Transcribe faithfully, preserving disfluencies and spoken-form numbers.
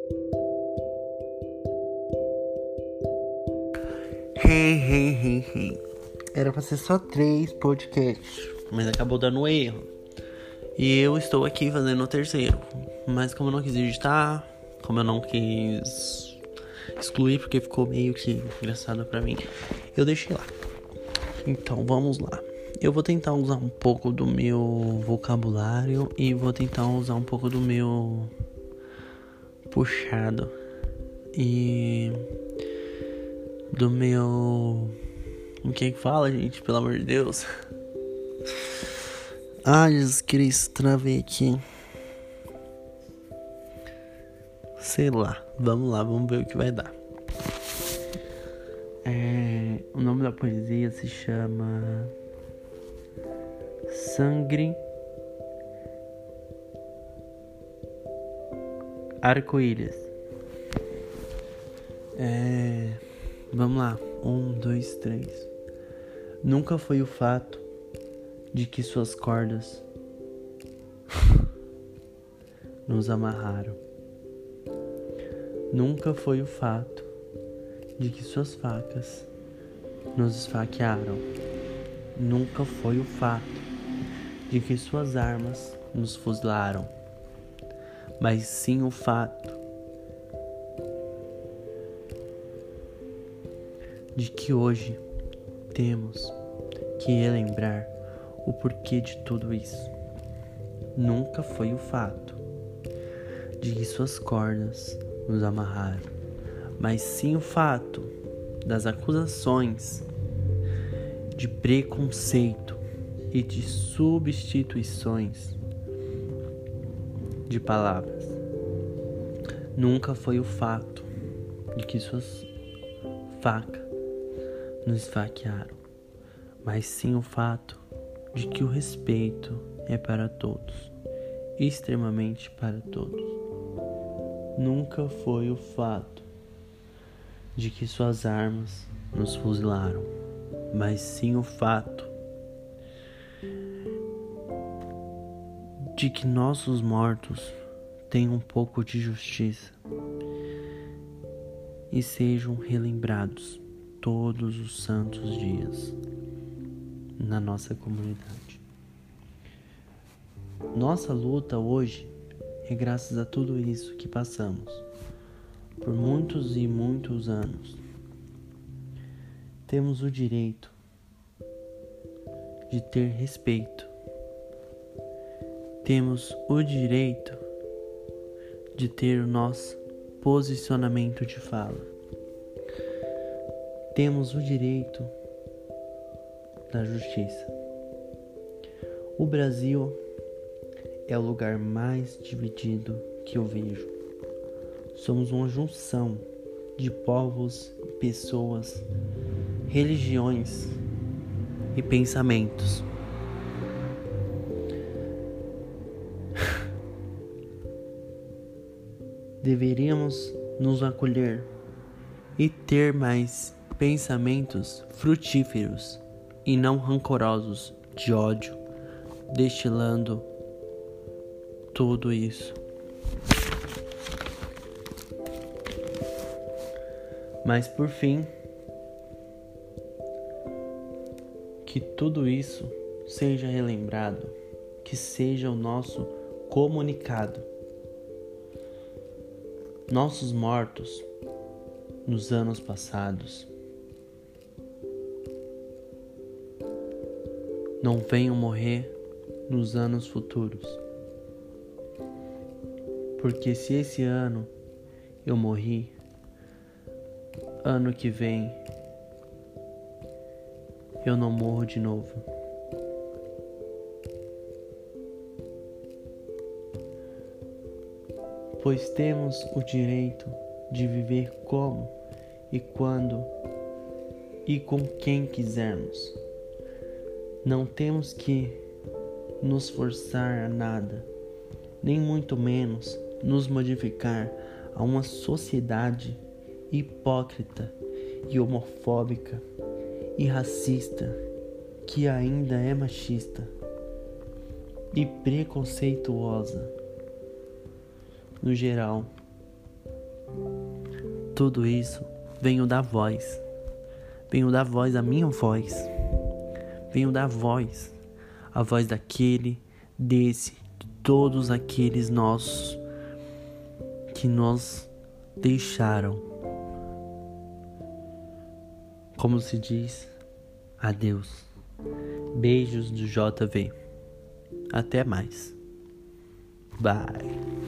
Hey, hey, hey, hey. Era pra ser só três podcasts, mas acabou dando erro. E eu estou aqui fazendo o terceiro. Mas como eu não quis editar, como eu não quis excluir, porque ficou meio que engraçado pra mim, eu deixei lá. Então vamos lá. Eu vou tentar usar um pouco do meu vocabulário e vou tentar usar um pouco do meu puxado e do meu... O que é que fala, gente? Pelo amor de Deus. Ai, Jesus Cristo, travei aqui. Sei lá, vamos lá, vamos ver o que vai dar. É, o nome da poesia se chama Sangue Arco-Íris. É, vamos lá, um, dois, três. Nunca foi o fato de que suas cordas nos amarraram. Nunca foi o fato de que suas facas nos esfaquearam. Nunca foi o fato de que suas armas nos fuzilaram, mas sim o fato de que hoje temos que relembrar o porquê de tudo isso. Nunca foi o fato de que suas cordas nos amarraram, mas sim o fato das acusações de preconceito e de substituições de palavras. Nunca foi o fato de que suas facas nos esfaquearam, mas sim o fato de que o respeito é para todos, extremamente para todos. Nunca foi o fato de que suas armas nos fuzilaram, mas sim o fato de que nossos mortos tenham um pouco de justiça e sejam relembrados todos os santos dias na nossa comunidade. Nossa luta hoje é graças a tudo isso que passamos por muitos e muitos anos. Temos o direito de ter respeito. Temos o direito de ter o nosso posicionamento de fala. Temos o direito da justiça. O Brasil é o lugar mais dividido que eu vejo. Somos uma junção de povos, pessoas, religiões e pensamentos. Deveríamos nos acolher e ter mais pensamentos frutíferos e não rancorosos de ódio, destilando tudo isso. Mas por fim, que tudo isso seja relembrado, que seja o nosso comunicado. Nossos mortos nos anos passados não venham morrer nos anos futuros. Porque se esse ano eu morri, ano que vem eu não morro de novo. Pois temos o direito de viver como e quando e com quem quisermos. Não temos que nos forçar a nada, nem muito menos nos modificar a uma sociedade hipócrita e homofóbica e racista que ainda é machista e preconceituosa. No geral, Tudo isso venho da voz. Venho da voz, a minha voz. Venho da voz. A voz daquele, desse, de todos aqueles nossos que nos deixaram. Como se diz, adeus. Beijos do J V. Até mais. Bye.